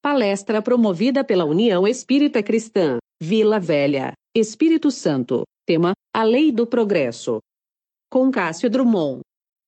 Palestra promovida pela União Espírita Cristã, Vila Velha, Espírito Santo. Tema: A Lei do Progresso. Com Cássio Drummond.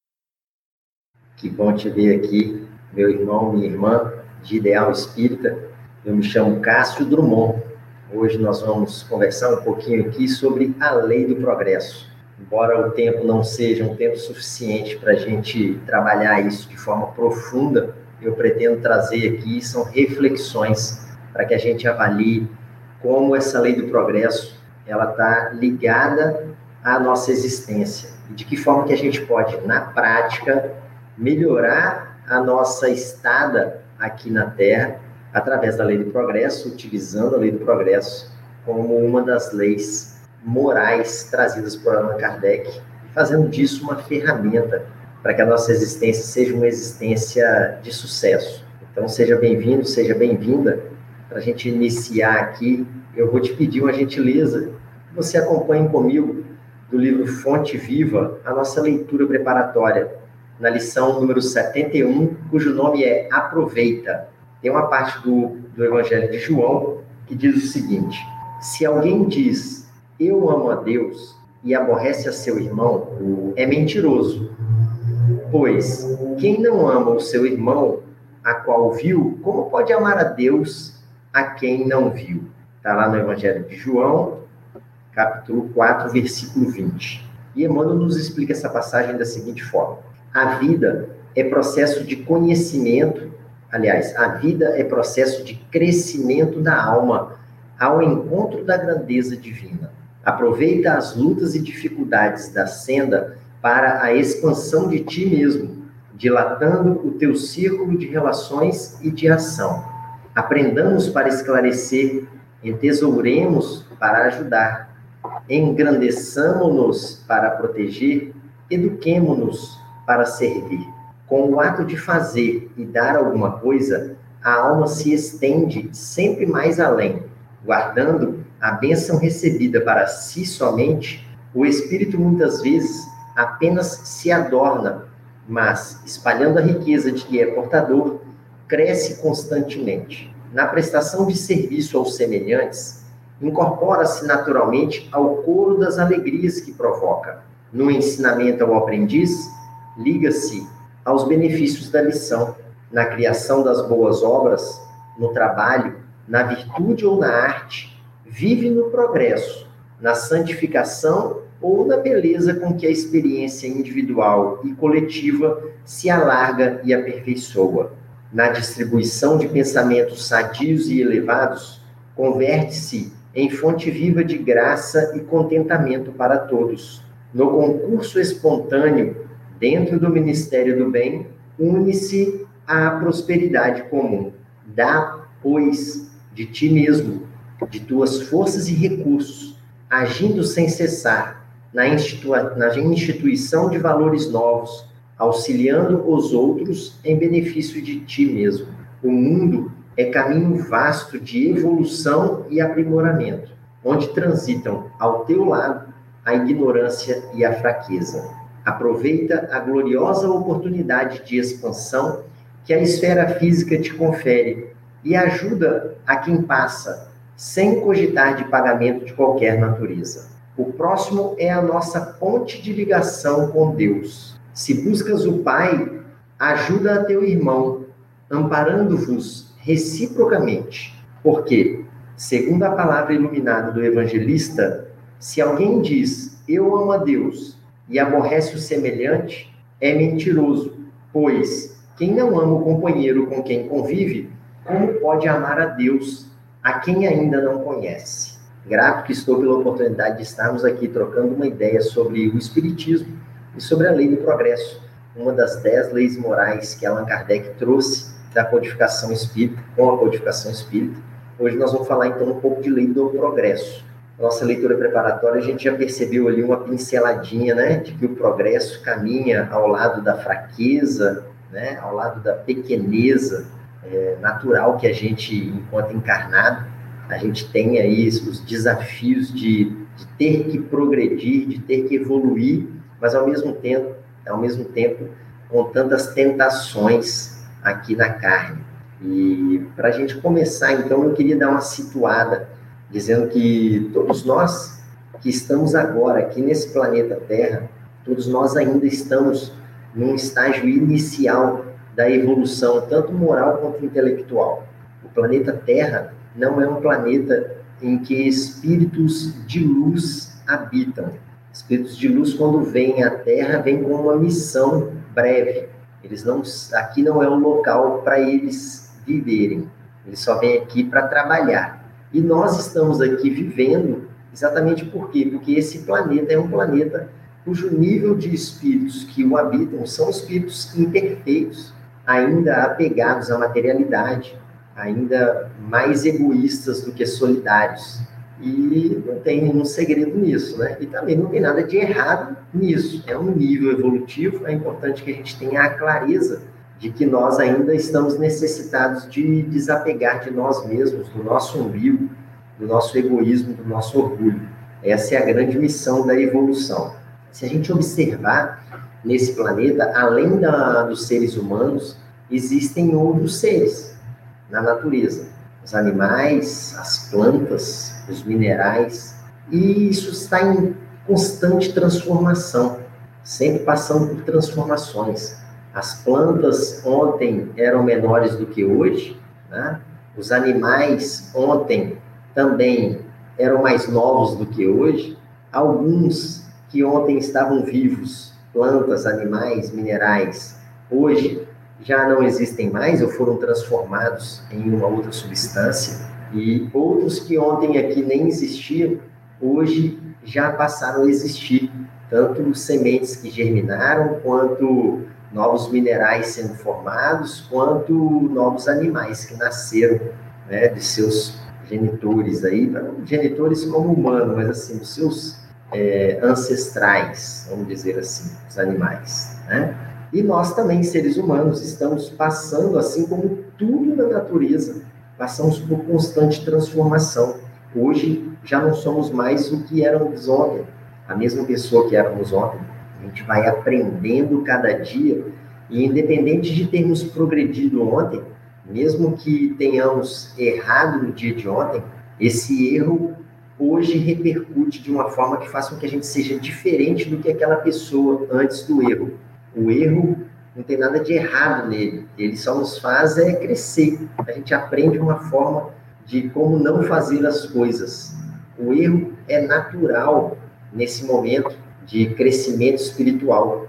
Que bom te ver aqui, meu irmão, minha irmã, de Ideal Espírita. Eu me chamo Cássio Drummond. Hoje nós vamos conversar um pouquinho aqui sobre a Lei do Progresso. Embora o tempo não seja um tempo suficiente para a gente trabalhar isso de forma profunda, eu pretendo trazer aqui, são reflexões para que a gente avalie como essa Lei do Progresso ela está ligada à nossa existência e de que forma que a gente pode, na prática, melhorar a nossa estada aqui na Terra através da Lei do Progresso, utilizando a Lei do Progresso como uma das leis morais trazidas por Allan Kardec, fazendo disso uma ferramenta para que a nossa existência seja uma existência de sucesso. Então, seja bem-vindo, seja bem-vinda. Para a gente iniciar aqui, eu vou te pedir uma gentileza, que você acompanhe comigo do livro Fonte Viva, a nossa leitura preparatória, na lição número 71, cujo nome é Aproveita. Tem uma parte do Evangelho de João que diz o seguinte: se alguém diz, eu amo a Deus, e aborrece a seu irmão, é mentiroso. Pois, quem não ama o seu irmão, a qual viu, como pode amar a Deus, a quem não viu? Está lá no Evangelho de João, capítulo 4, versículo 20. E Emmanuel nos explica essa passagem da seguinte forma: a vida é processo de conhecimento, aliás, a vida é processo de crescimento da alma ao encontro da grandeza divina. Aproveita as lutas e dificuldades da senda para a expansão de ti mesmo, dilatando o teu círculo de relações e de ação. Aprendamos para esclarecer, entesouremos para ajudar, engrandeçamo-nos para proteger, eduquemo-nos para servir. Com o ato de fazer e dar alguma coisa, a alma se estende sempre mais além. Guardando a bênção recebida para si somente, o espírito muitas vezes apenas se adorna, mas, espalhando a riqueza de que é portador, cresce constantemente. Na prestação de serviço aos semelhantes, incorpora-se naturalmente ao coro das alegrias que provoca. No ensinamento ao aprendiz, liga-se aos benefícios da lição. Na criação das boas obras, no trabalho, na virtude ou na arte, vive no progresso, na santificação ou na beleza com que a experiência individual e coletiva se alarga e aperfeiçoa. Na distribuição de pensamentos sadios e elevados, converte-se em fonte viva de graça e contentamento para todos. No concurso espontâneo, dentro do Ministério do Bem, une-se à prosperidade comum. Dá, pois, de ti mesmo, de tuas forças e recursos, agindo sem cessar, na instituição de valores novos, auxiliando os outros em benefício de ti mesmo. O mundo é caminho vasto de evolução e aprimoramento, onde transitam ao teu lado a ignorância e a fraqueza. Aproveita a gloriosa oportunidade de expansão que a esfera física te confere e ajuda a quem passa, sem cogitar de pagamento de qualquer natureza. O próximo é a nossa ponte de ligação com Deus. Se buscas o Pai, ajuda a teu irmão, amparando-vos reciprocamente. Porque, segundo a palavra iluminada do evangelista, se alguém diz, eu amo a Deus, e aborrece o semelhante, é mentiroso, pois quem não ama o companheiro com quem convive, como pode amar a Deus, a quem ainda não conhece? Grato que estou pela oportunidade de estarmos aqui trocando uma ideia sobre o Espiritismo e sobre a Lei do Progresso, uma das 10 leis morais que Allan Kardec trouxe da codificação espírita, com a codificação espírita. Hoje nós vamos falar então um pouco de Lei do Progresso. Nossa leitura preparatória, a gente já percebeu ali uma pinceladinha, né, de que o progresso caminha ao lado da fraqueza, né, ao lado da pequeneza natural que a gente, enquanto encarnado, a gente tem aí os desafios de ter que progredir, de ter que evoluir, mas ao mesmo tempo, com tantas tentações aqui na carne. E para a gente começar, então, eu queria dar uma situada, dizendo que todos nós que estamos agora aqui nesse planeta Terra, todos nós ainda estamos num estágio inicial da evolução, tanto moral quanto intelectual. O planeta Terra não é um planeta em que espíritos de luz habitam. Espíritos de luz, quando vêm à Terra, vêm com uma missão breve. Aqui não é um local para eles viverem. Eles só vêm aqui para trabalhar. E nós estamos aqui vivendo exatamente por quê? Porque esse planeta é um planeta cujo nível de espíritos que o habitam são espíritos imperfeitos, ainda apegados à materialidade, ainda mais egoístas do que solidários. E não tem nenhum segredo nisso, né? E também não tem nada de errado nisso. É um nível evolutivo, é importante que a gente tenha a clareza de que nós ainda estamos necessitados de desapegar de nós mesmos, do nosso umbigo, do nosso egoísmo, do nosso orgulho. Essa é a grande missão da evolução. Se a gente observar nesse planeta, além dos seres humanos, existem outros seres na natureza. Os animais, as plantas, os minerais, e isso está em constante transformação, sempre passando por transformações. As plantas ontem eram menores do que hoje, né? Os animais ontem também eram mais novos do que hoje. Alguns que ontem estavam vivos, plantas, animais, minerais, hoje já não existem mais ou foram transformados em uma outra substância. E outros que ontem aqui nem existiam, hoje já passaram a existir, tanto sementes que germinaram, quanto novos minerais sendo formados, quanto novos animais que nasceram, né, de seus genitores aí, não genitores como humano, mas assim, os seus ancestrais, vamos dizer assim, os animais, né? E nós também, seres humanos, estamos passando, assim como tudo na natureza, passamos por constante transformação. Hoje já não somos mais o que éramos ontem, a mesma pessoa que éramos ontem. A gente vai aprendendo cada dia, e independente de termos progredido ontem, mesmo que tenhamos errado no dia de ontem, esse erro hoje repercute de uma forma que faz com que a gente seja diferente do que aquela pessoa antes do erro. O erro não tem nada de errado nele, ele só nos faz crescer. A gente aprende uma forma de como não fazer as coisas. O erro é natural nesse momento de crescimento espiritual.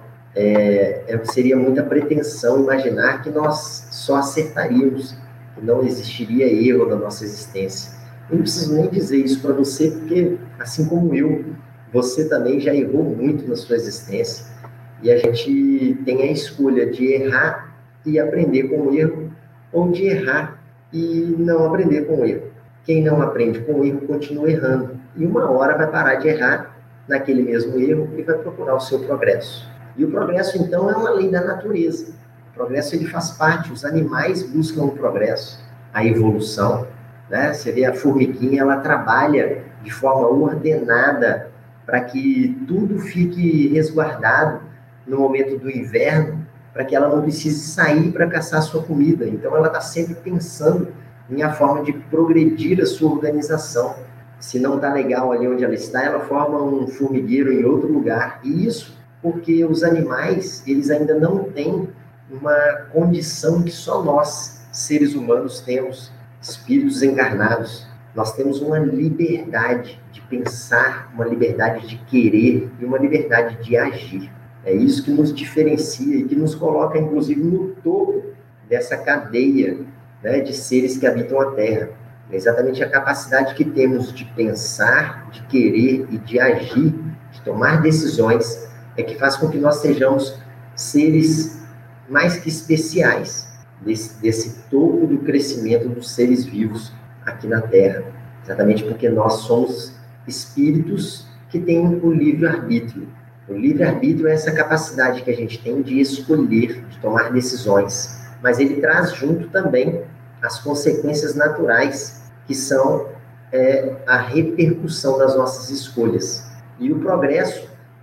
Seria muita pretensão imaginar que nós só acertaríamos, que não existiria erro na nossa existência. Eu não preciso nem dizer isso para você, porque, assim como eu, você também já errou muito na sua existência. E a gente tem a escolha de errar e aprender com o erro, ou de errar e não aprender com o erro. Quem não aprende com o erro continua errando. E uma hora vai parar de errar naquele mesmo erro e vai procurar o seu progresso. E o progresso, então, é uma lei da natureza. O progresso, ele faz parte. Os animais buscam o progresso, a evolução, né? Você vê a formiguinha, ela trabalha de forma ordenada para que tudo fique resguardado no momento do inverno, para que ela não precise sair para caçar sua comida. Então, ela está sempre pensando em a forma de progredir a sua organização. Se não está legal ali onde ela está, ela forma um formigueiro em outro lugar. E isso porque os animais, eles ainda não têm uma condição que só nós, seres humanos, temos, espíritos encarnados. Nós temos uma liberdade de pensar, uma liberdade de querer e uma liberdade de agir. É isso que nos diferencia e que nos coloca, inclusive, no topo dessa cadeia, né, de seres que habitam a Terra. É exatamente a capacidade que temos de pensar, de querer e de agir, de tomar decisões, é que faz com que nós sejamos seres mais que especiais, desse topo do crescimento dos seres vivos aqui na Terra. Exatamente porque nós somos espíritos que têm o livre-arbítrio. O livre-arbítrio é essa capacidade que a gente tem de escolher, de tomar decisões. Mas ele traz junto também as consequências naturais, que são a repercussão das nossas escolhas. E o progresso,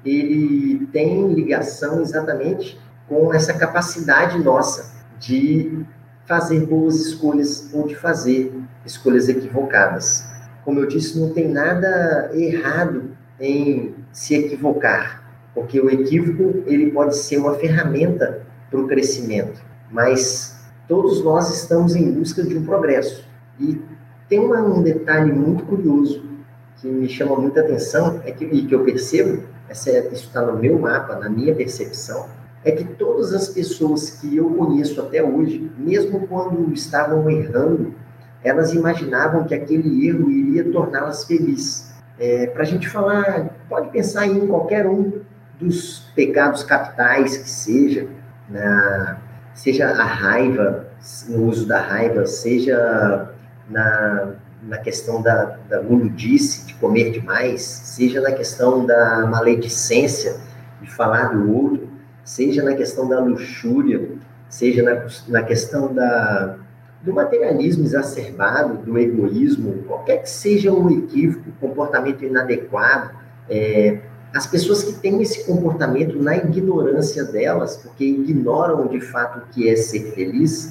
ele tem ligação exatamente com essa capacidade nossa de fazer boas escolhas ou de fazer escolhas equivocadas. Como eu disse, não tem nada errado em se equivocar, porque o equívoco ele pode ser uma ferramenta para o crescimento, mas todos nós estamos em busca de um progresso. E tem um detalhe muito curioso que me chama muita atenção, e que eu percebo, isso está no meu mapa, na minha percepção, é que todas as pessoas que eu conheço até hoje, mesmo quando estavam errando, elas imaginavam que aquele erro iria torná-las felizes. Para a gente falar, pode pensar em qualquer um dos pecados capitais que seja, seja a raiva, no uso da raiva, seja na questão da guludice, de comer demais, seja na questão da maledicência, de falar do outro, seja na questão da luxúria, seja na questão do materialismo exacerbado, do egoísmo, qualquer que seja o equívoco, comportamento inadequado, as pessoas que têm esse comportamento na ignorância delas, porque ignoram de fato o que é ser feliz,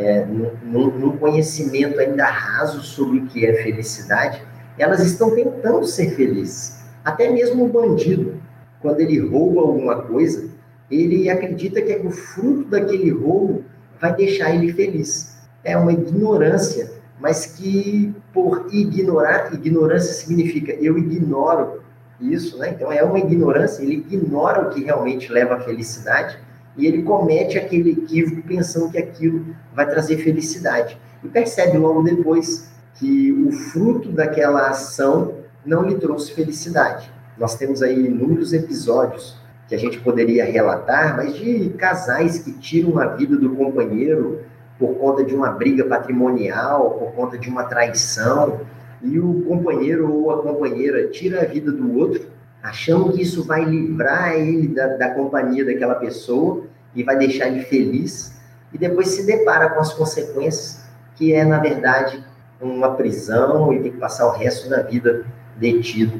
num conhecimento ainda raso sobre o que é felicidade, elas estão tentando ser felizes. Até mesmo o bandido, quando ele rouba alguma coisa, ele acredita que o fruto daquele roubo vai deixar ele feliz. É uma ignorância, mas que por ignorar, ignorância significa eu ignoro isso, né? Então é uma ignorância, ele ignora o que realmente leva à felicidade e ele comete aquele equívoco pensando que aquilo vai trazer felicidade. E percebe logo depois que o fruto daquela ação não lhe trouxe felicidade. Nós temos aí inúmeros episódios que a gente poderia relatar, mas de casais que tiram a vida do companheiro por conta de uma briga patrimonial, por conta de uma traição, e o companheiro ou a companheira tira a vida do outro, achando que isso vai livrar ele da companhia daquela pessoa e vai deixar ele feliz, e depois se depara com as consequências, que é, na verdade, uma prisão e tem que passar o resto da vida detido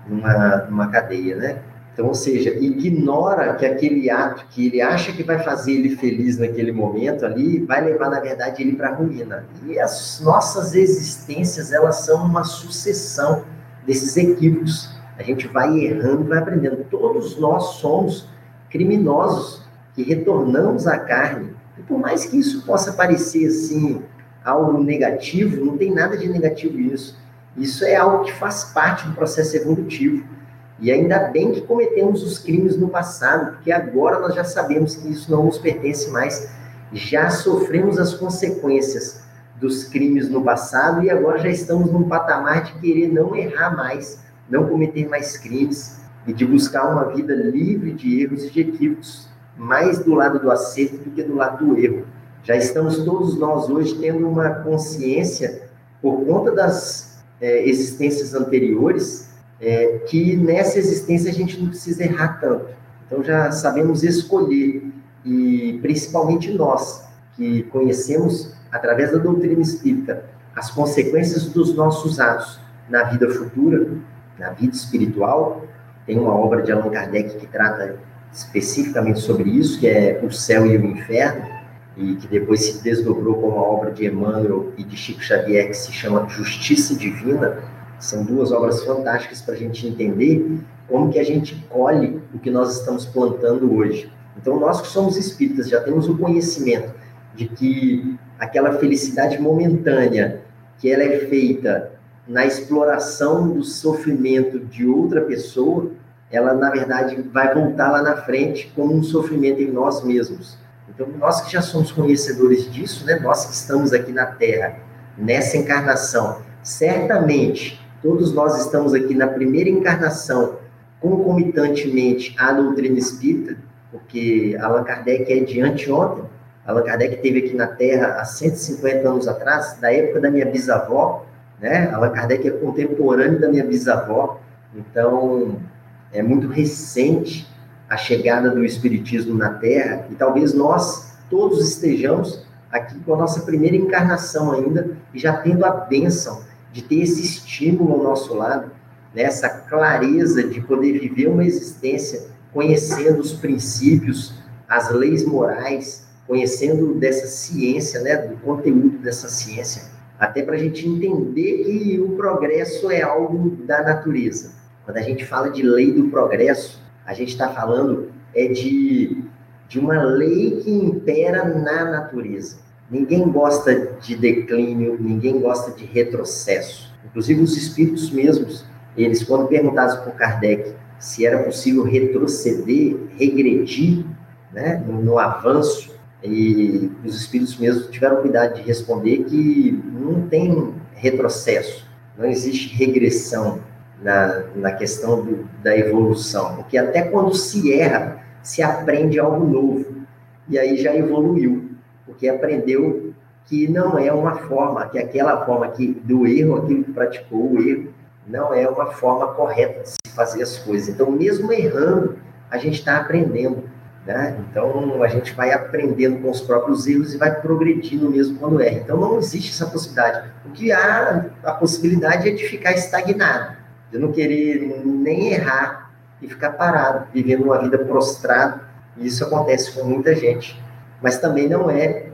numa cadeia, né? Então, ou seja, ignora que aquele ato que ele acha que vai fazer ele feliz naquele momento ali, vai levar, na verdade, ele para a ruína. E as nossas existências, elas são uma sucessão desses equívocos. A gente vai errando, vai aprendendo. Todos nós somos criminosos que retornamos à carne. E por mais que isso possa parecer, assim, algo negativo, não tem nada de negativo nisso. Isso é algo que faz parte do processo evolutivo. E ainda bem que cometemos os crimes no passado, porque agora nós já sabemos que isso não nos pertence mais. Já sofremos as consequências dos crimes no passado e agora já estamos num patamar de querer não errar mais, não cometer mais crimes e de buscar uma vida livre de erros e de equívocos, mais do lado do acerto do que do lado do erro. Já estamos todos nós hoje tendo uma consciência, por conta das existências anteriores, que nessa existência a gente não precisa errar tanto. Então já sabemos escolher, e principalmente nós, que conhecemos, através da doutrina espírita, as consequências dos nossos atos na vida futura, na vida espiritual. Tem uma obra de Allan Kardec que trata especificamente sobre isso, que é O Céu e o Inferno, e que depois se desdobrou como a obra de Emmanuel e de Chico Xavier, que se chama Justiça Divina. São duas obras fantásticas para a gente entender como que a gente colhe o que nós estamos plantando hoje. Então, nós que somos espíritas já temos o conhecimento de que aquela felicidade momentânea, que ela é feita na exploração do sofrimento de outra pessoa, ela, na verdade, vai voltar lá na frente como um sofrimento em nós mesmos. Então, nós que já somos conhecedores disso, né? Nós que estamos aqui na Terra, nessa encarnação, certamente todos nós estamos aqui na primeira encarnação, concomitantemente à doutrina espírita, porque Allan Kardec é de anteontem. Allan Kardec esteve aqui na Terra há 150 anos atrás, da época da minha bisavó, né? Allan Kardec é contemporâneo da minha bisavó, então é muito recente a chegada do Espiritismo na Terra, e talvez nós todos estejamos aqui com a nossa primeira encarnação ainda, e já tendo a bênção de ter esse estímulo ao nosso lado, né? Essa clareza de poder viver uma existência conhecendo os princípios, as leis morais, conhecendo dessa ciência, né, do conteúdo dessa ciência, até para a gente entender que o progresso é algo da natureza. Quando a gente fala de lei do progresso, a gente está falando de uma lei que impera na natureza. Ninguém gosta de declínio, ninguém gosta de retrocesso. Inclusive os espíritos mesmos, eles, quando perguntados por Kardec se era possível retroceder, regredir, né, no avanço, e os espíritos mesmos tiveram cuidado de responder que não tem retrocesso, não existe regressão na questão da evolução, porque até quando se erra, se aprende algo novo, e aí já evoluiu, porque aprendeu que não é uma forma, que aquela forma do erro, aquilo que praticou o erro, não é uma forma correta de se fazer as coisas. Então, mesmo errando, a gente está aprendendo, né? Então, a gente vai aprendendo com os próprios erros e vai progredindo mesmo quando erra. Então, não existe essa possibilidade. O que há, a possibilidade é de ficar estagnado, de não querer nem errar e ficar parado, vivendo uma vida prostrado. E isso acontece com muita gente. Mas também não é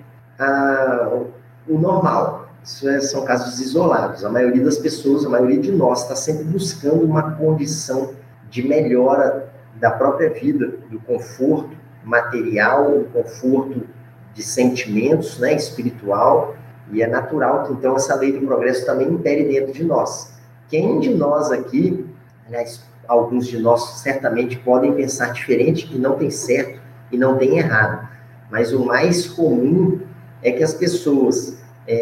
o normal. Isso são casos isolados. A maioria das pessoas, a maioria de nós, está sempre buscando uma condição de melhora da própria vida, do conforto material, do conforto de sentimentos, né, espiritual, e é natural que, então, essa lei do progresso também impere dentro de nós. Quem de nós aqui, aliás, alguns de nós certamente podem pensar diferente, e não tem certo e não tem errado, mas o mais comum é que as pessoas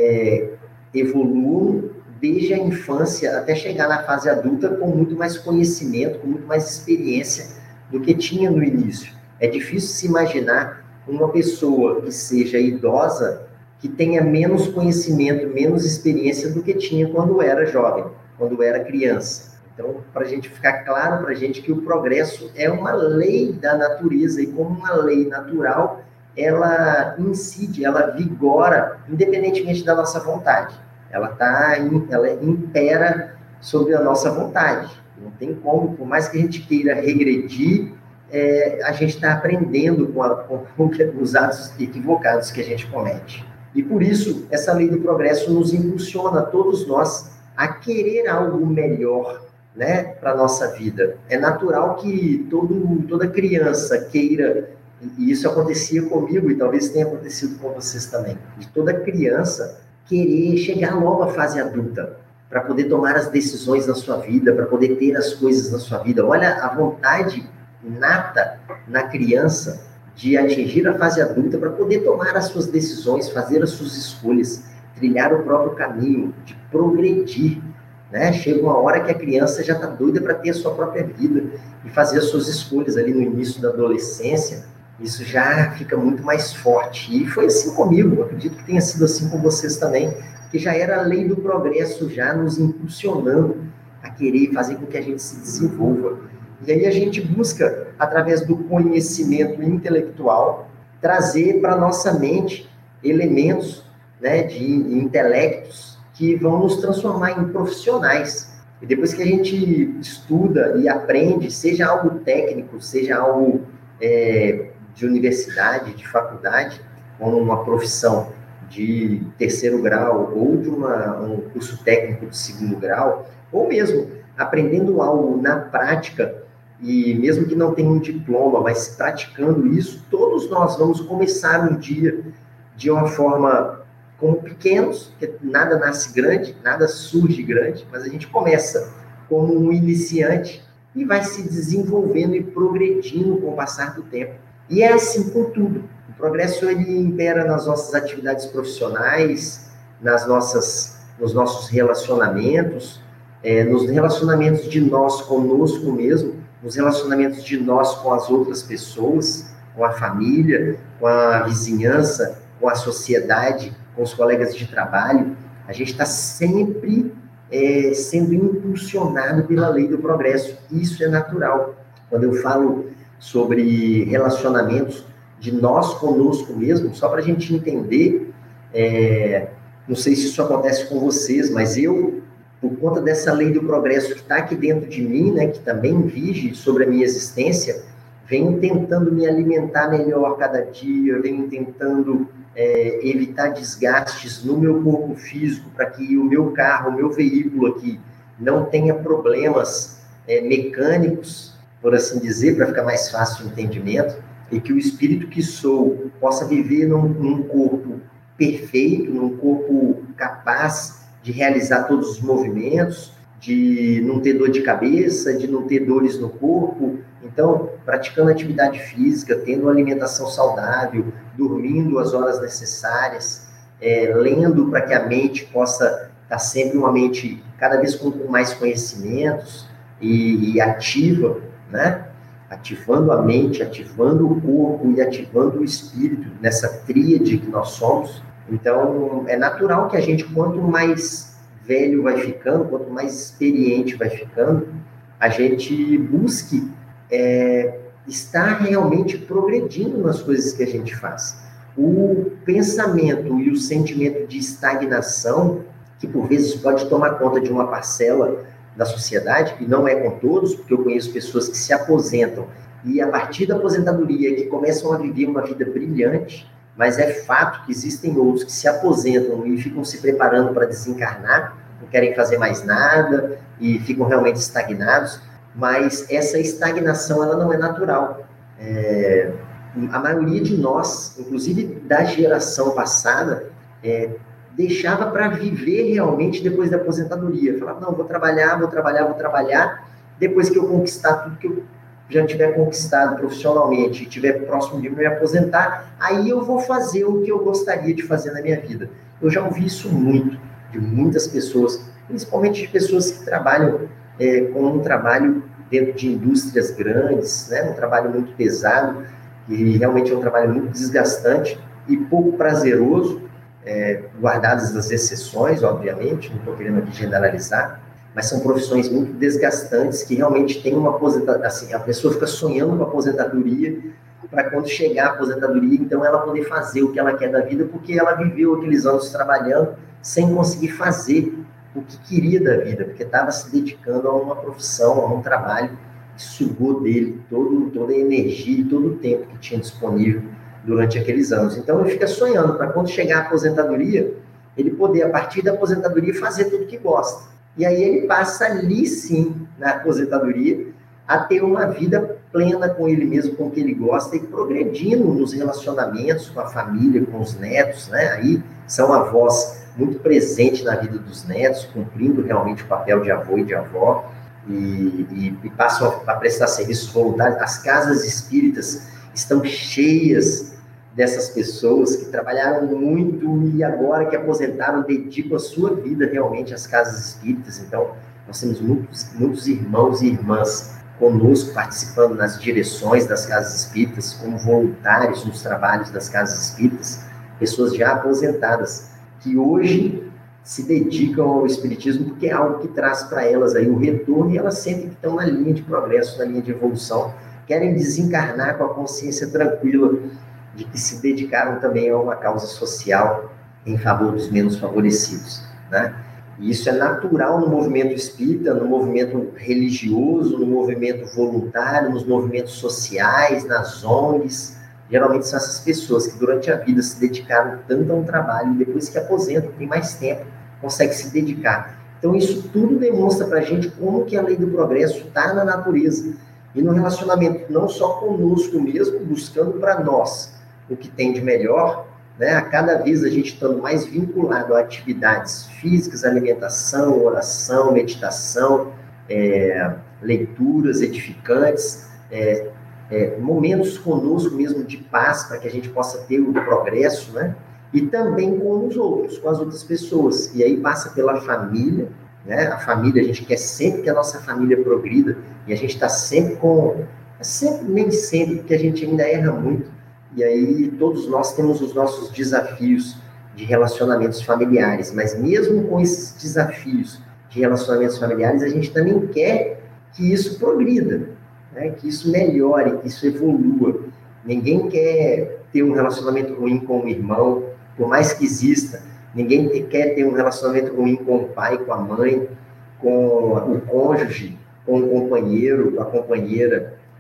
evoluam desde a infância até chegar na fase adulta com muito mais conhecimento, com muito mais experiência do que tinha no início. É difícil se imaginar uma pessoa que seja idosa que tenha menos conhecimento, menos experiência do que tinha quando era jovem, quando era criança. Então, para a gente ficar claro para a gente que o progresso é uma lei da natureza, e como uma lei natural, ela incide, ela vigora, independentemente da nossa vontade. Ela impera sobre a nossa vontade. Não tem como, por mais que a gente queira regredir, a gente está aprendendo com os atos equivocados que a gente comete. E por isso, essa lei do progresso nos impulsiona, todos nós, a querer algo melhor, né, para a nossa vida. É natural que toda criança queira, e isso acontecia comigo, e talvez tenha acontecido com vocês também, de toda criança querer chegar logo à fase adulta, para poder tomar as decisões na sua vida, para poder ter as coisas na sua vida. Olha a vontade nata na criança de atingir a fase adulta para poder tomar as suas decisões, fazer as suas escolhas, trilhar o próprio caminho, de progredir, né? Chega uma hora que a criança já está doida para ter a sua própria vida e fazer as suas escolhas ali no início da adolescência. Isso já fica muito mais forte. E foi assim comigo, acredito que tenha sido assim com vocês também, que já era a lei do progresso já nos impulsionando a querer fazer com que a gente se desenvolva. E aí a gente busca, através do conhecimento intelectual, trazer para a nossa mente elementos, né, de intelectos que vão nos transformar em profissionais. E depois que a gente estuda e aprende, seja algo técnico, seja algo de universidade, de faculdade, como uma profissão de terceiro grau ou de um curso técnico de segundo grau, ou mesmo aprendendo algo na prática, e mesmo que não tenha um diploma, mas praticando isso, todos nós vamos começar um dia de uma forma como pequenos, porque nada nasce grande, nada surge grande, mas a gente começa como um iniciante e vai se desenvolvendo e progredindo com o passar do tempo. E é assim com tudo. O progresso, ele impera nas nossas atividades profissionais, nos nossos relacionamentos, nos relacionamentos de nós conosco mesmo, nos relacionamentos de nós com as outras pessoas, com a família, com a vizinhança, com a sociedade, com os colegas de trabalho. A gente está sempre sendo impulsionado pela lei do progresso. Isso é natural. Quando eu falo sobre relacionamentos de nós conosco mesmo, só para a gente entender, não sei se isso acontece com vocês, mas eu, por conta dessa lei do progresso que está aqui dentro de mim, né, que também vige sobre a minha existência, venho tentando me alimentar melhor cada dia, venho tentando evitar desgastes no meu corpo físico, para que o meu carro, o meu veículo aqui, não tenha problemas mecânicos, por assim dizer, para ficar mais fácil o entendimento, e que o espírito que sou possa viver num corpo perfeito, num corpo capaz de realizar todos os movimentos, de não ter dor de cabeça, de não ter dores no corpo. Então, praticando atividade física, tendo uma alimentação saudável, dormindo as horas necessárias, lendo para que a mente possa estar sempre uma mente cada vez com mais conhecimentos e ativa, né? Ativando a mente, ativando o corpo e ativando o espírito nessa tríade que nós somos. Então, é natural que a gente, quanto mais velho vai ficando, quanto mais experiente vai ficando, a gente busque estar realmente progredindo nas coisas que a gente faz. O pensamento e o sentimento de estagnação, que por vezes pode tomar conta de uma parcela da sociedade, e não é com todos, porque eu conheço pessoas que se aposentam e a partir da aposentadoria que começam a viver uma vida brilhante, mas é fato que existem outros que se aposentam e ficam se preparando para desencarnar, não querem fazer mais nada e ficam realmente estagnados, mas essa estagnação ela não é natural. A maioria de nós, inclusive da geração passada, deixava para viver realmente depois da aposentadoria. Falava, não, vou trabalhar, depois que eu conquistar tudo que eu já tiver conquistado profissionalmente e estiver próximo de me aposentar, aí eu vou fazer o que eu gostaria de fazer na minha vida. Eu já ouvi isso muito, de muitas pessoas, principalmente de pessoas que trabalham com um trabalho dentro de indústrias grandes, né? Um trabalho muito pesado, e realmente é um trabalho muito desgastante e pouco prazeroso, guardadas as exceções, obviamente, não estou querendo aqui generalizar, mas são profissões muito desgastantes que realmente tem uma aposentadoria, assim, a pessoa fica sonhando com a aposentadoria, para quando chegar a aposentadoria, então ela poder fazer o que ela quer da vida, porque ela viveu aqueles anos trabalhando sem conseguir fazer o que queria da vida, porque estava se dedicando a uma profissão, a um trabalho que sugou dele toda a energia e todo o tempo que tinha disponível durante aqueles anos. Então ele fica sonhando para quando chegar a aposentadoria, ele poder, a partir da aposentadoria, fazer tudo que gosta. E aí ele passa ali, sim, na aposentadoria, a ter uma vida plena com ele mesmo, com o que ele gosta, e progredindo nos relacionamentos com a família, com os netos, né? Aí são avós muito presentes na vida dos netos, cumprindo realmente o papel de avô e de avó, e passam a prestar serviços voluntários. As casas espíritas estão cheias dessas pessoas que trabalharam muito e agora que aposentaram, dedicam a sua vida realmente às casas espíritas. Então, nós temos muitos irmãos e irmãs conosco, participando nas direções das casas espíritas, como voluntários nos trabalhos das casas espíritas, pessoas já aposentadas, que hoje se dedicam ao espiritismo porque é algo que traz para elas aí o retorno, e elas sentem que estão na linha de progresso, na linha de evolução, querem desencarnar com a consciência tranquila de que se dedicaram também a uma causa social em favor dos menos favorecidos, né? E isso é natural no movimento espírita, no movimento religioso, no movimento voluntário, nos movimentos sociais, nas ONGs. Geralmente são essas pessoas que durante a vida se dedicaram tanto a um trabalho, e depois que aposentam, tem mais tempo, conseguem se dedicar. Então isso tudo demonstra para a gente como que a lei do progresso está na natureza. E no relacionamento, não só conosco mesmo, buscando para nós o que tem de melhor, né? A cada vez a gente estando mais vinculado a atividades físicas, alimentação, oração, meditação, leituras edificantes, momentos conosco mesmo de paz, para que a gente possa ter o progresso, né? E também com os outros, com as outras pessoas. E aí passa pela família, né? A família, a gente quer sempre que a nossa família progrida, e a gente está sempre nem sempre, porque a gente ainda erra muito, e aí todos nós temos os nossos desafios de relacionamentos familiares, mas mesmo com esses desafios de relacionamentos familiares, a gente também quer que isso progrida, né? Que isso melhore, que isso evolua. Ninguém quer ter um relacionamento ruim com o irmão, por mais que exista. Ninguém quer ter um relacionamento ruim com o pai, com a mãe, com o cônjuge, com o companheiro, com a companheira.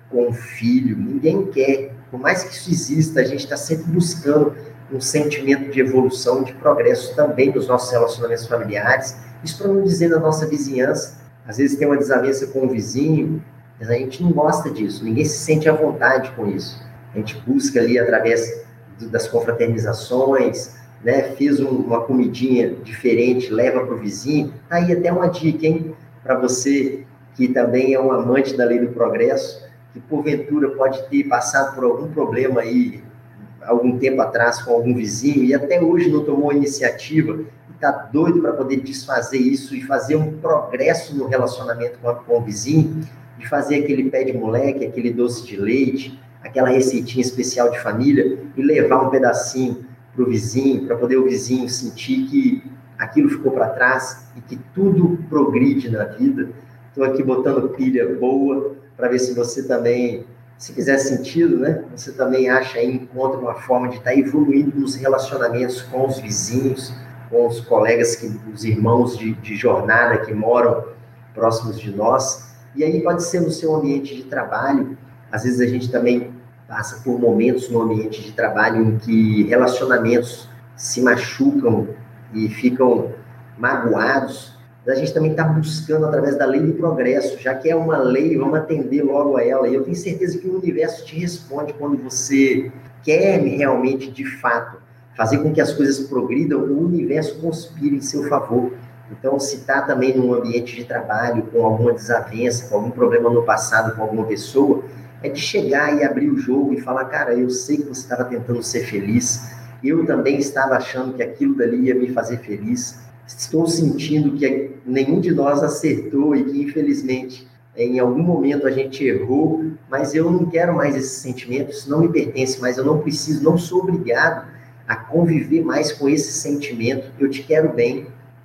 com o filho, ninguém quer. Por mais que isso exista, a gente está sempre buscando um sentimento de evolução, de progresso também dos nossos relacionamentos familiares. Isso para não dizer na nossa vizinhança. Às vezes tem uma desavença com o vizinho, mas a gente não gosta disso, ninguém se sente à vontade com isso. A gente busca ali através das confraternizações, né? Fez uma comidinha diferente, leva para o vizinho. Tá aí até uma dica, hein? Para você que também é um amante da lei do progresso, que porventura pode ter passado por algum problema aí, algum tempo atrás com algum vizinho, e até hoje não tomou iniciativa, e está doido para poder desfazer isso e fazer um progresso no relacionamento com o vizinho, de fazer aquele pé de moleque, aquele doce de leite, aquela receitinha especial de família, e levar um pedacinho para o vizinho, para poder o vizinho sentir que aquilo ficou para trás e que tudo progride na vida. Estou aqui botando pilha boa para ver se você também, se fizer sentido, né? Você também acha aí, encontra uma forma de estar evoluindo nos relacionamentos com os vizinhos, com os colegas, os irmãos de jornada que moram próximos de nós. E aí pode ser no seu ambiente de trabalho. Às vezes a gente também passa por momentos no ambiente de trabalho em que relacionamentos se machucam e ficam magoados. A gente também está buscando através da lei do progresso, já que é uma lei, vamos atender logo a ela. E eu tenho certeza que o universo te responde quando você quer realmente, de fato, fazer com que as coisas progridam, o universo conspira em seu favor. Então, se está também num ambiente de trabalho, com alguma desavença, com algum problema no passado com alguma pessoa, é de chegar e abrir o jogo e falar, cara, eu sei que você estava tentando ser feliz, eu também estava achando que aquilo dali ia me fazer feliz, estou sentindo que nenhum de nós acertou e que, infelizmente, em algum momento a gente errou, mas eu não quero mais esse sentimento, isso não me pertence mais, eu não preciso, não sou obrigado a conviver mais com esse sentimento, eu te quero bem,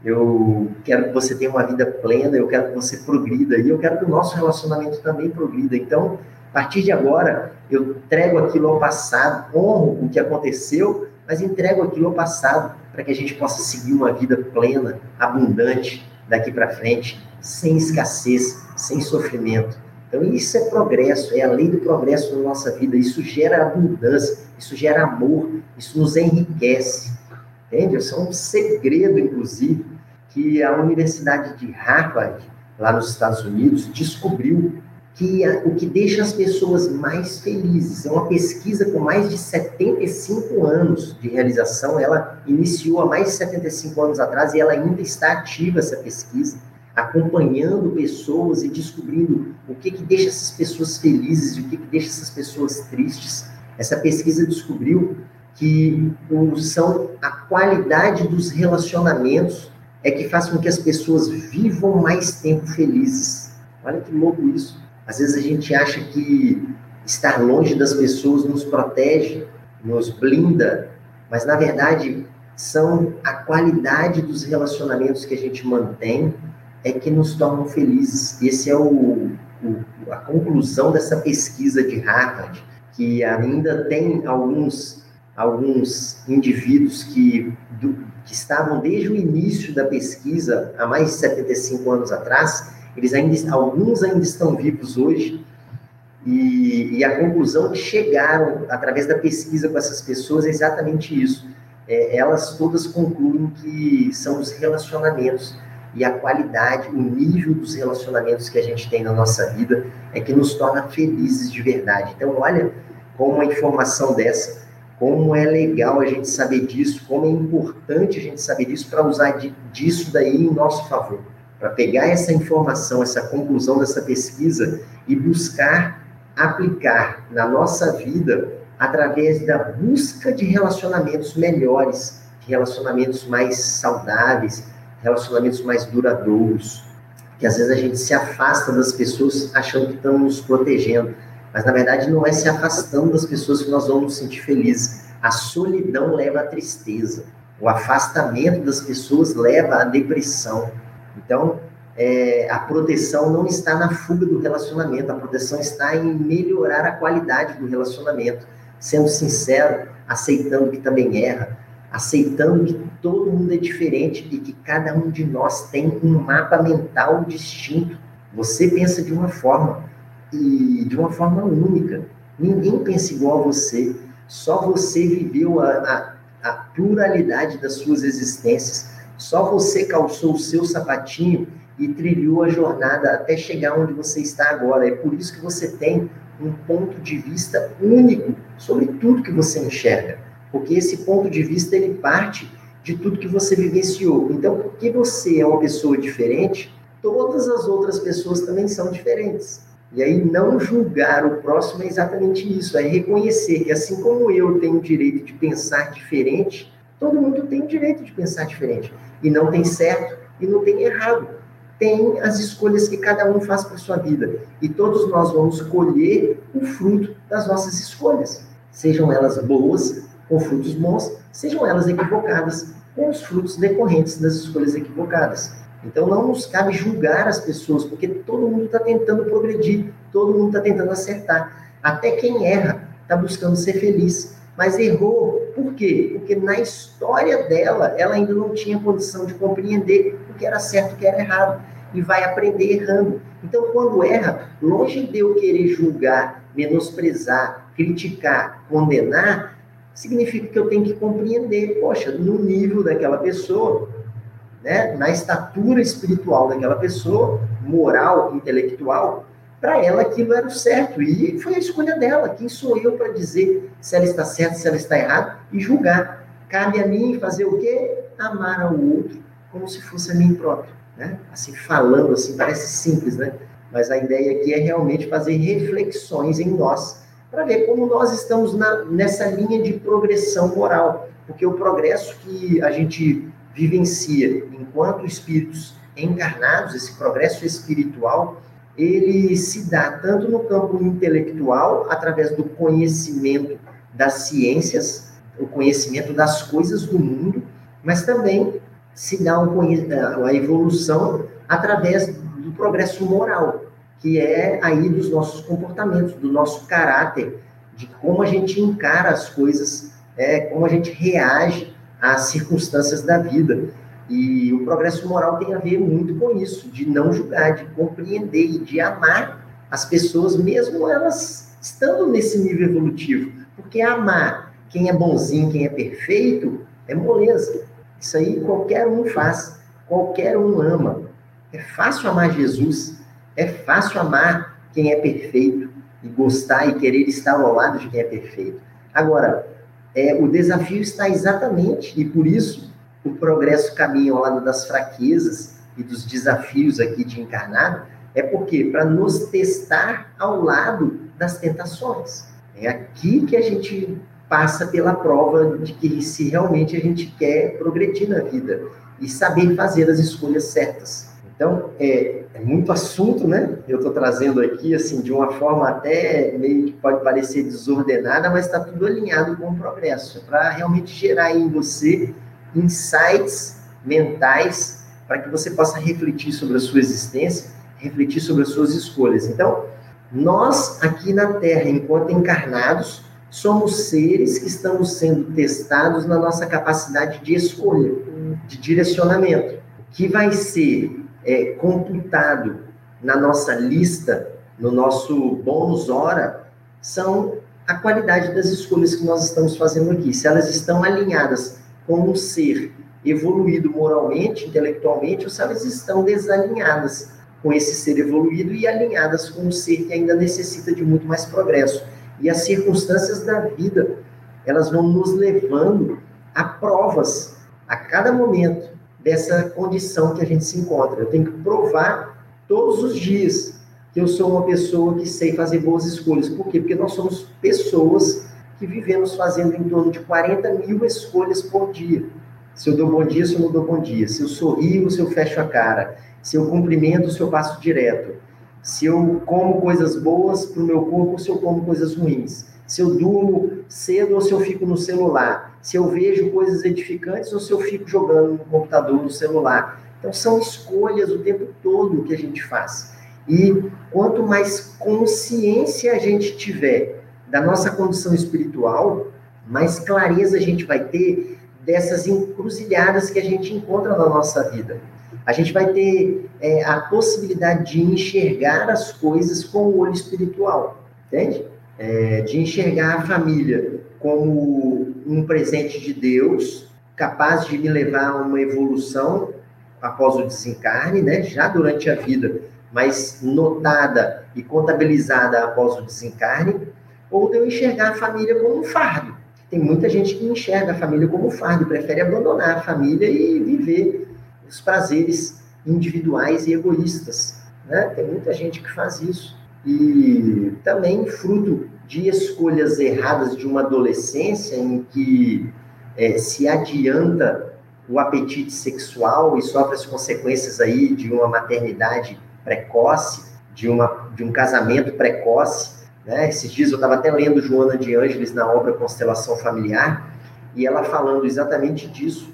eu quero que você tenha uma vida plena, eu quero que você progrida, e eu quero que o nosso relacionamento também progrida. Então, a partir de agora, eu entrego aquilo ao passado, honro o que aconteceu, mas entrego aquilo ao passado, para que a gente possa seguir uma vida plena, abundante, daqui para frente, sem escassez, sem sofrimento. Então, isso é progresso, é a lei do progresso na nossa vida. Isso gera abundância, isso gera amor, isso nos enriquece. Entende? Isso é um segredo, inclusive, que a Universidade de Harvard, lá nos Estados Unidos, descobriu que o que deixa as pessoas mais felizes é uma pesquisa com mais de 75 anos de realização. Ela iniciou há mais de 75 anos atrás e ela ainda está ativa, essa pesquisa, acompanhando pessoas e descobrindo o que deixa essas pessoas felizes e o que deixa essas pessoas tristes. Essa pesquisa descobriu que são a qualidade dos relacionamentos é que faz com que as pessoas vivam mais tempo felizes. Olha que louco isso. Às vezes a gente acha que estar longe das pessoas nos protege, nos blinda, mas na verdade são a qualidade dos relacionamentos que a gente mantém é que nos tornam felizes. Esse é a conclusão dessa pesquisa de Harvard, que ainda tem alguns indivíduos que estavam desde o início da pesquisa, há mais de 75 anos atrás, alguns ainda estão vivos hoje, e a conclusão que chegaram através da pesquisa com essas pessoas é exatamente isso. Elas todas concluem que são os relacionamentos e a qualidade, o nível dos relacionamentos que a gente tem na nossa vida é que nos torna felizes de verdade. Então, olha como uma informação dessa, como é legal a gente saber disso, como é importante a gente saber disso para usar disso daí em nosso favor. Para pegar essa informação, essa conclusão dessa pesquisa e buscar aplicar na nossa vida através da busca de relacionamentos melhores, de relacionamentos mais saudáveis, relacionamentos mais duradouros. Porque às vezes a gente se afasta das pessoas achando que estão nos protegendo, mas na verdade não é se afastando das pessoas que nós vamos nos sentir felizes. A solidão leva à tristeza, o afastamento das pessoas leva à depressão. Então, a proteção não está na fuga do relacionamento, a proteção está em melhorar a qualidade do relacionamento, sendo sincero, aceitando que também erra, aceitando que todo mundo é diferente e que cada um de nós tem um mapa mental distinto. Você pensa de uma forma, e de uma forma única. Ninguém pensa igual a você, só você viveu a pluralidade das suas existências, só você calçou o seu sapatinho e trilhou a jornada até chegar onde você está agora. É por isso que você tem um ponto de vista único sobre tudo que você enxerga, porque esse ponto de vista ele parte de tudo que você vivenciou. Então, porque você é uma pessoa diferente, todas as outras pessoas também são diferentes. E aí, não julgar o próximo é exatamente isso, é reconhecer que assim como eu tenho o direito de pensar diferente, todo mundo tem o direito de pensar diferente. E não tem certo e não tem errado. Tem as escolhas que cada um faz para a sua vida. E todos nós vamos colher o fruto das nossas escolhas. Sejam elas boas, com frutos bons, sejam elas equivocadas, com os frutos decorrentes das escolhas equivocadas. Então não nos cabe julgar as pessoas, porque todo mundo está tentando progredir, todo mundo está tentando acertar. Até quem erra está buscando ser feliz, mas errou. Por quê? Porque na história dela, ela ainda não tinha condição de compreender o que era certo e o que era errado, e vai aprender errando. Então, quando erra, longe de eu querer julgar, menosprezar, criticar, condenar, significa que eu tenho que compreender, poxa, no nível daquela pessoa, né, na estatura espiritual daquela pessoa, moral, intelectual, para ela aquilo era o certo, e foi a escolha dela. Quem sou eu para dizer se ela está certa, se ela está errada, e julgar? Cabe a mim fazer o quê? Amar ao outro como se fosse a mim próprio, né? Assim, falando assim, parece simples, né? Mas a ideia aqui é realmente fazer reflexões em nós, para ver como nós estamos nessa linha de progressão moral, porque o progresso que a gente vivencia enquanto espíritos encarnados, esse progresso espiritual, ele se dá tanto no campo intelectual, através do conhecimento das ciências, o conhecimento das coisas do mundo, mas também se dá a evolução através do progresso moral, que é aí dos nossos comportamentos, do nosso caráter, de como a gente encara as coisas, como a gente reage às circunstâncias da vida. E o progresso moral tem a ver muito com isso, de não julgar, de compreender e de amar as pessoas, mesmo elas estando nesse nível evolutivo. Porque amar quem é bonzinho, quem é perfeito, é moleza. Isso aí qualquer um faz, qualquer um ama. É fácil amar Jesus, é fácil amar quem é perfeito e gostar e querer estar ao lado de quem é perfeito. Agora, o desafio está exatamente, e por isso o progresso caminha ao lado das fraquezas e dos desafios aqui de encarnado, é porque para nos testar ao lado das tentações. É aqui que a gente passa pela prova de que se realmente a gente quer progredir na vida e saber fazer as escolhas certas. Então, é muito assunto, né? Eu estou trazendo aqui, assim, de uma forma até meio que pode parecer desordenada, mas está tudo alinhado com o progresso, para realmente gerar em você insights mentais, para que você possa refletir sobre a sua existência, refletir sobre as suas escolhas. Então, nós aqui na Terra, enquanto encarnados, somos seres que estamos sendo testados na nossa capacidade de escolha, de direcionamento, que vai ser computado na nossa lista, no nosso bônus hora, são a qualidade das escolhas que nós estamos fazendo aqui. Se elas estão alinhadas com um ser evoluído moralmente, intelectualmente, ou se elas estão desalinhadas com esse ser evoluído e alinhadas com um ser que ainda necessita de muito mais progresso. E as circunstâncias da vida, elas vão nos levando a provas a cada momento dessa condição que a gente se encontra. Eu tenho que provar todos os dias que eu sou uma pessoa que sei fazer boas escolhas. Por quê? Porque nós somos pessoas que vivemos fazendo em torno de 40 mil escolhas por dia. Se eu dou bom dia, se eu não dou bom dia. Se eu sorrio, se eu fecho a cara. Se eu cumprimento, se eu passo direto. Se eu como coisas boas para o meu corpo, se eu como coisas ruins. Se eu durmo cedo ou se eu fico no celular. Se eu vejo coisas edificantes ou se eu fico jogando no computador, no celular. Então, são escolhas o tempo todo que a gente faz. E quanto mais consciência a gente tiver da nossa condição espiritual, mais clareza a gente vai ter dessas encruzilhadas que a gente encontra na nossa vida. A gente vai ter a possibilidade de enxergar as coisas com o olho espiritual, entende? De enxergar a família como um presente de Deus, capaz de me levar a uma evolução após o desencarne, né? Já durante a vida, mas notada e contabilizada após o desencarne, ou de eu enxergar a família como um fardo. Tem muita gente que enxerga a família como um fardo, prefere abandonar a família e viver os prazeres individuais e egoístas, né? Tem muita gente que faz isso. E também fruto de escolhas erradas de uma adolescência em que se adianta o apetite sexual e sofre as consequências aí de uma maternidade precoce, de um casamento precoce, né? Esses dias eu estava até lendo Joana de Ângeles na obra Constelação Familiar, e ela falando exatamente disso,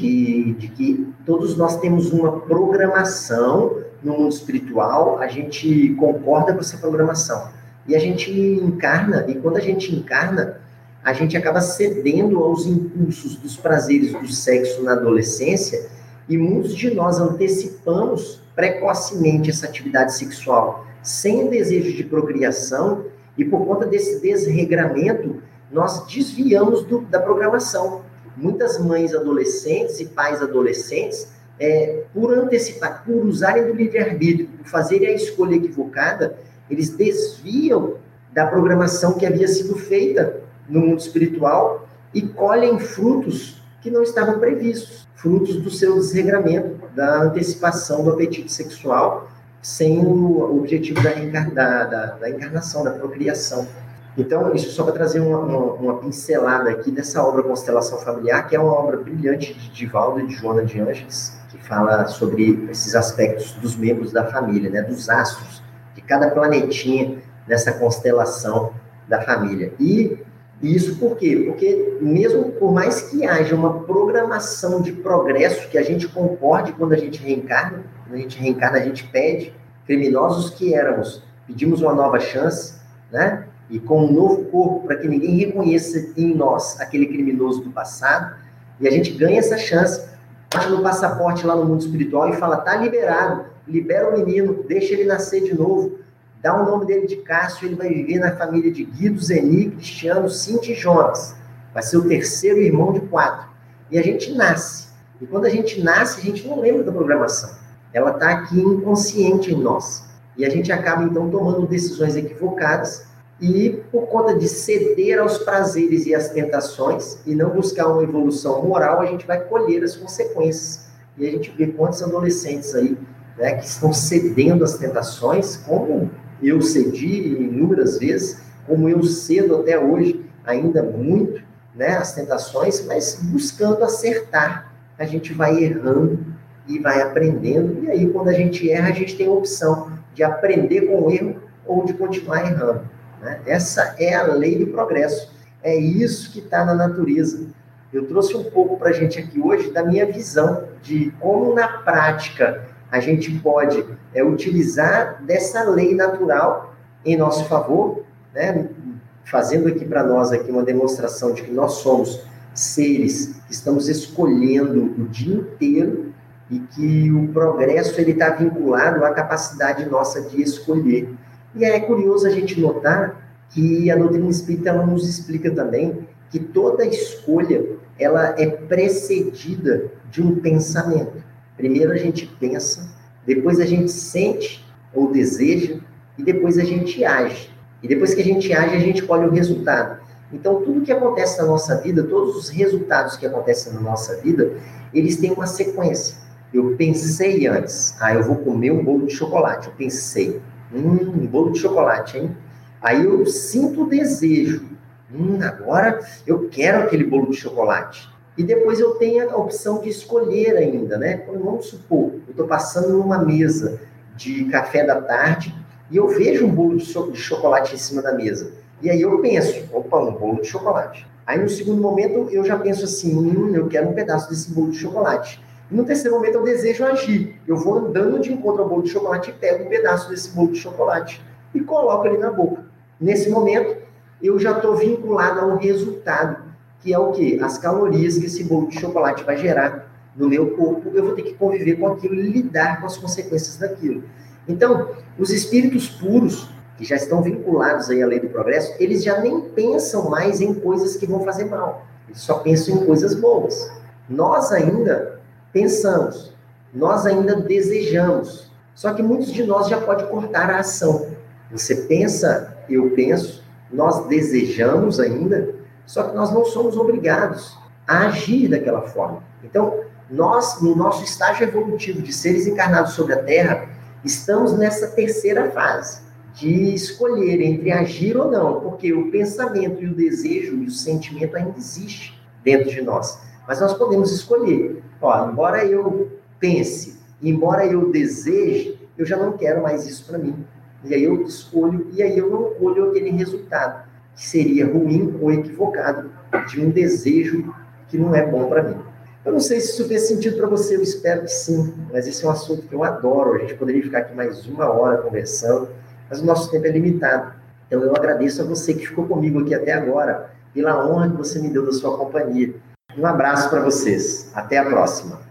de que todos nós temos uma programação no mundo espiritual, a gente concorda com essa programação, e a gente encarna, e quando a gente encarna, a gente acaba cedendo aos impulsos dos prazeres do sexo na adolescência, e muitos de nós antecipamos precocemente essa atividade sexual, sem o desejo de procriação, e por conta desse desregramento, nós desviamos da programação. Muitas mães adolescentes e pais adolescentes, por antecipar, por usarem do livre-arbítrio, por fazerem a escolha equivocada, eles desviam da programação que havia sido feita no mundo espiritual e colhem frutos que não estavam previstos, frutos do seu desregramento, da antecipação do apetite sexual, sem o objetivo da encarnação, da procriação. Então, isso só para trazer uma pincelada aqui dessa obra Constelação Familiar, que é uma obra brilhante de Divaldo e de Joana de Ângeles, que fala sobre esses aspectos dos membros da família, né, dos astros, de cada planetinha nessa constelação da família. E isso por quê? Porque mesmo por mais que haja uma programação de progresso, que a gente concorde quando a gente reencarna, a gente pede, criminosos que éramos, pedimos uma nova chance, né? E com um novo corpo, para que ninguém reconheça em nós aquele criminoso do passado, e a gente ganha essa chance, bate no passaporte lá no mundo espiritual e fala, tá liberado, libera o menino, deixa ele nascer de novo, dá o nome dele de Cássio, ele vai viver na família de Guido, Zeni, Cristiano, Cinti e Jonas, vai ser o terceiro irmão de 4, e a gente nasce, e quando a gente nasce, a gente não lembra da programação, ela está aqui inconsciente em nós, e a gente acaba então tomando decisões equivocadas, e por conta de ceder aos prazeres e às tentações, e não buscar uma evolução moral, a gente vai colher as consequências. E a gente vê quantos adolescentes aí, né, que estão cedendo às tentações, como eu cedi inúmeras vezes, como eu cedo até hoje, ainda muito, né, as tentações, mas buscando acertar. A gente vai errando e vai aprendendo, e aí quando a gente erra, a gente tem a opção de aprender com o erro ou de continuar errando. Essa é a lei do progresso. É isso que está na natureza. Eu trouxe um pouco para a gente aqui hoje da minha visão de como, na prática, a gente pode utilizar dessa lei natural em nosso favor, né? Fazendo aqui para nós aqui uma demonstração de que nós somos seres que estamos escolhendo o dia inteiro e que o progresso está vinculado à capacidade nossa de escolher. E é curioso a gente notar que a doutrina espírita ela nos explica também que toda escolha ela é precedida de um pensamento. Primeiro a gente pensa, depois a gente sente ou deseja, e depois a gente age. E depois que a gente age, a gente colhe o resultado. Então, tudo que acontece na nossa vida, todos os resultados que acontecem na nossa vida, eles têm uma sequência. Eu pensei antes, eu vou comer um bolo de chocolate. Eu pensei, um bolo de chocolate, hein? Aí eu sinto o desejo. Agora eu quero aquele bolo de chocolate. E depois eu tenho a opção de escolher ainda, né? Então, vamos supor, eu estou passando numa mesa de café da tarde e eu vejo um bolo de chocolate em cima da mesa. E aí eu penso, opa, um bolo de chocolate. Aí no segundo momento eu já penso assim, eu quero um pedaço desse bolo de chocolate. E no terceiro momento eu desejo agir. Eu vou andando de encontro ao bolo de chocolate e pego um pedaço desse bolo de chocolate e coloco ele na boca. Nesse momento, eu já estou vinculado a um resultado, que é o quê? As calorias que esse bolo de chocolate vai gerar no meu corpo, eu vou ter que conviver com aquilo e lidar com as consequências daquilo. Então, os espíritos puros, que já estão vinculados aí à lei do progresso, eles já nem pensam mais em coisas que vão fazer mal. Eles só pensam em coisas boas. Nós ainda pensamos, nós ainda desejamos. Só que muitos de nós já podem cortar a ação. Você pensa, eu penso, nós desejamos ainda, só que nós não somos obrigados a agir daquela forma. Então, nós, no nosso estágio evolutivo de seres encarnados sobre a Terra, estamos nessa terceira fase, de escolher entre agir ou não, porque o pensamento e o desejo e o sentimento ainda existem dentro de nós. Mas nós podemos escolher. Ó, embora eu pense, embora eu deseje, eu já não quero mais isso para mim. E aí eu escolho, e aí eu não colho aquele resultado, que seria ruim ou equivocado, de um desejo que não é bom para mim. Eu não sei se isso fez sentido para você, eu espero que sim, mas esse é um assunto que eu adoro. A gente poderia ficar aqui mais 1 hora conversando, mas o nosso tempo é limitado. Então eu agradeço a você que ficou comigo aqui até agora, pela honra que você me deu da sua companhia. Um abraço para vocês. Até a próxima.